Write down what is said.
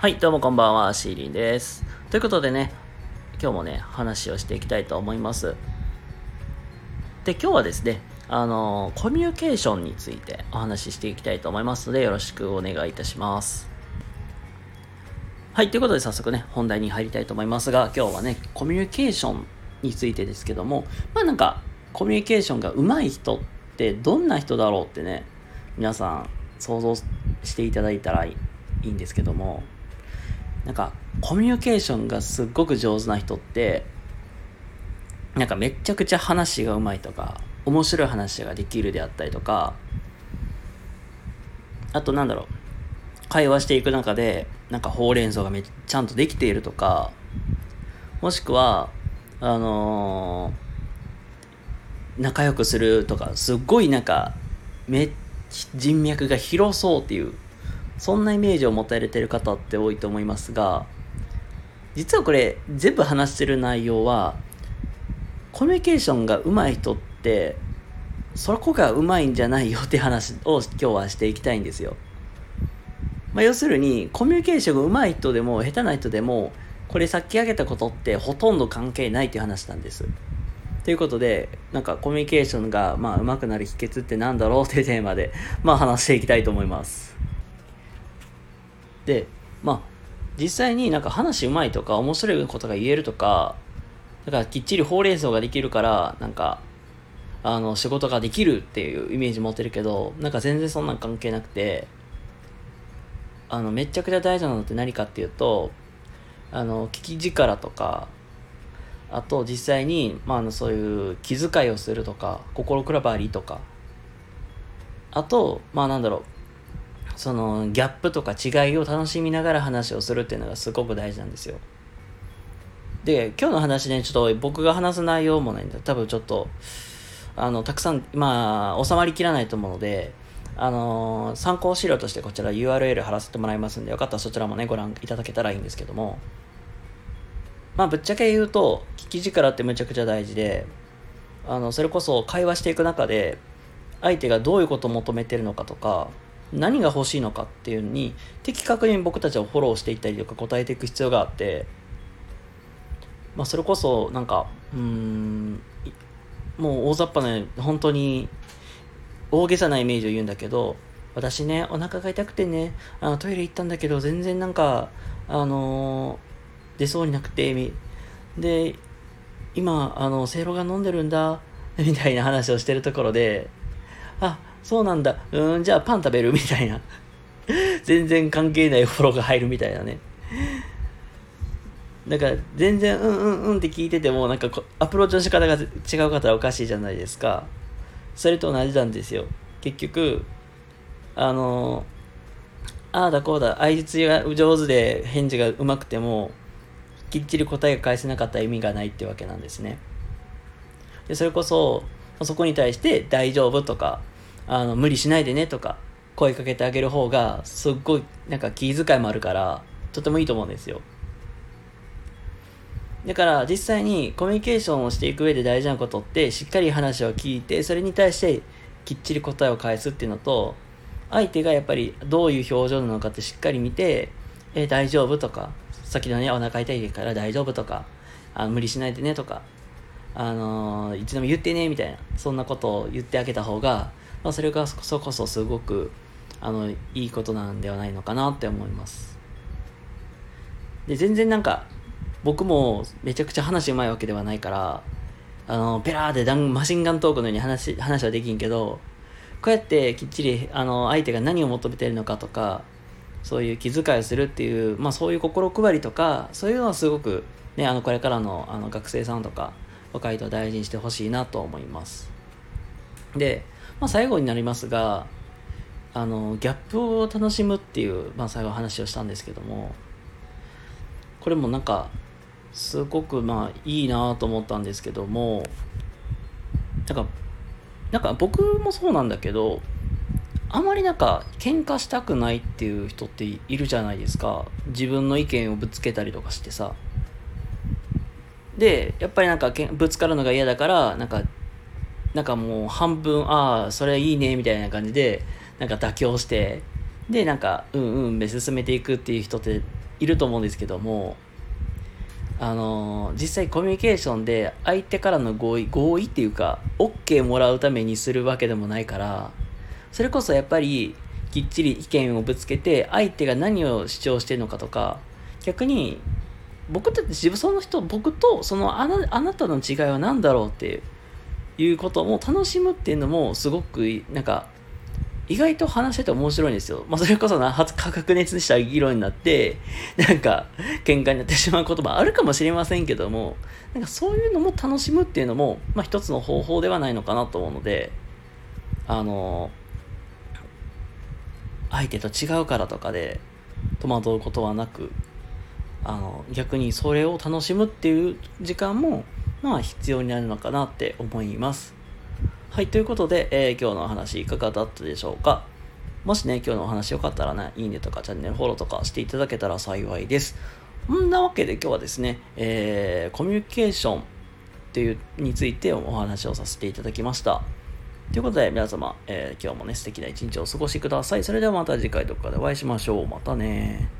はい、どうもこんばんは、シーリンです。ということでね、今日もね、話をしていきたいと思います。で、今日はですね、コミュニケーションについてお話ししていきたいと思いますので、よろしくお願いいたします。はい、ということで早速ね、本題に入りたいと思いますが、今日はね、コミュニケーションについてですけども、コミュニケーションが上手い人ってどんな人だろうってね、皆さん想像していただいたらいいんですけども、コミュニケーションがすっごく上手な人ってめっちゃくちゃ話がうまいとか面白い話ができるであったりとか、あと会話していく中でほうれん草がちゃんとできているとか、もしくは仲良くするとか、すっごい人脈が広そうっていう、そんなイメージを持たれている方って多いと思いますが、実はこれ全部話してる内容は、コミュニケーションが上手い人ってそこが上手いんじゃないよって話を今日はしていきたいんですよ。要するにコミュニケーションが上手い人でも下手な人でも、これさっき挙げたことってほとんど関係ないっていう話なんです。ということで、コミュニケーションが上手くなる秘訣ってなんだろうっていうテーマで話していきたいと思います。で、実際に話上手いとか面白いことが言えるとか、だからきっちりほうれん草ができるから仕事ができるっていうイメージ持ってるけど、全然そんなん関係なくて、めちゃくちゃ大事なのって何かっていうと、聞き力とか、あと実際にそういう気遣いをするとか、心配りとか、あとそのギャップとか違いを楽しみながら話をするっていうのがすごく大事なんですよ。で、今日の話ね、ちょっと僕が話す内容もないんで、多分ちょっとたくさん収まりきらないと思うので、参考資料としてこちら URL 貼らせてもらいますんで、よかったらそちらもねご覧いただけたらいいんですけども、ぶっちゃけ言うと聞き力ってむちゃくちゃ大事で、それこそ会話していく中で相手がどういうことを求めてるのかとか、何が欲しいのかっていうのに的確に僕たちをフォローしていったりとか答えていく必要があって、それこそもう大雑把な本当に大げさなイメージを言うんだけど、私ねお腹が痛くてねトイレ行ったんだけど全然出そうになくて、で今せいろが飲んでるんだみたいな話をしてるところで、あ、そうなんだ、じゃあパン食べるみたいな全然関係ないフォローが入るみたいなね。全然って聞いててもアプローチの仕方が違う方はおかしいじゃないですか。それと同じなんですよ。結局ああだこうだ相槌が上手で返事がうまくてもきっちり答えが返せなかったら意味がないってわけなんですね。で、それこそそこに対して大丈夫とか無理しないでねとか声かけてあげる方がすっごい気遣いもあるからとてもいいと思うんですよ。だから実際にコミュニケーションをしていく上で大事なことって、しっかり話を聞いてそれに対してきっちり答えを返すっていうのと、相手がやっぱりどういう表情なのかってしっかり見て、大丈夫とか、先ほどねお腹痛いから大丈夫とか、無理しないでねとか、いつでも言ってねみたいな、そんなことを言ってあげた方が、それがそこそすごくいいことなんではないのかなって思います。で、全然僕もめちゃくちゃ話うまいわけではないから、ペラーでマシンガントークのように話はできんけど、こうやってきっちり相手が何を求めているのかとか、そういう気遣いをするっていう、そういう心配りとか、そういうのはすごくね、これからの学生さんとか若い人は大事にしてほしいなと思います。で、最後になりますが、ギャップを楽しむっていう、最後話をしたんですけども、これもすごくいいなと思ったんですけども、僕もそうなんだけど、あまり喧嘩したくないっていう人っているじゃないですか。自分の意見をぶつけたりとかしてさ。で、やっぱりぶつかるのが嫌だからもう半分それいいねみたいな感じで妥協して、でで進めていくっていう人っていると思うんですけども、実際コミュニケーションで相手からの合意っていうか OK もらうためにするわけでもないから、それこそやっぱりきっちり意見をぶつけて相手が何を主張してるのかとか、逆に僕とそのあなたの違いは何だろうっていうことも楽しむっていうのもすごくなんか意外と話してて面白いんですよ。それこそ白熱した議論になってなんか喧嘩になってしまうこともあるかもしれませんけども、なんかそういうのも楽しむっていうのも、一つの方法ではないのかなと思うので、相手と違うからとかで戸惑うことはなく、逆にそれを楽しむっていう時間も必要になるのかなって思います。はい、ということで、今日のお話いかがだったでしょうか。もしね、今日のお話よかったらね、いいねとかチャンネルフォローとかしていただけたら幸いです。そんなわけで今日はですね、コミュニケーションっていうについてお話をさせていただきました。ということで皆様、今日もね、素敵な一日をお過ごしください。それではまた次回どこかでお会いしましょう。またね。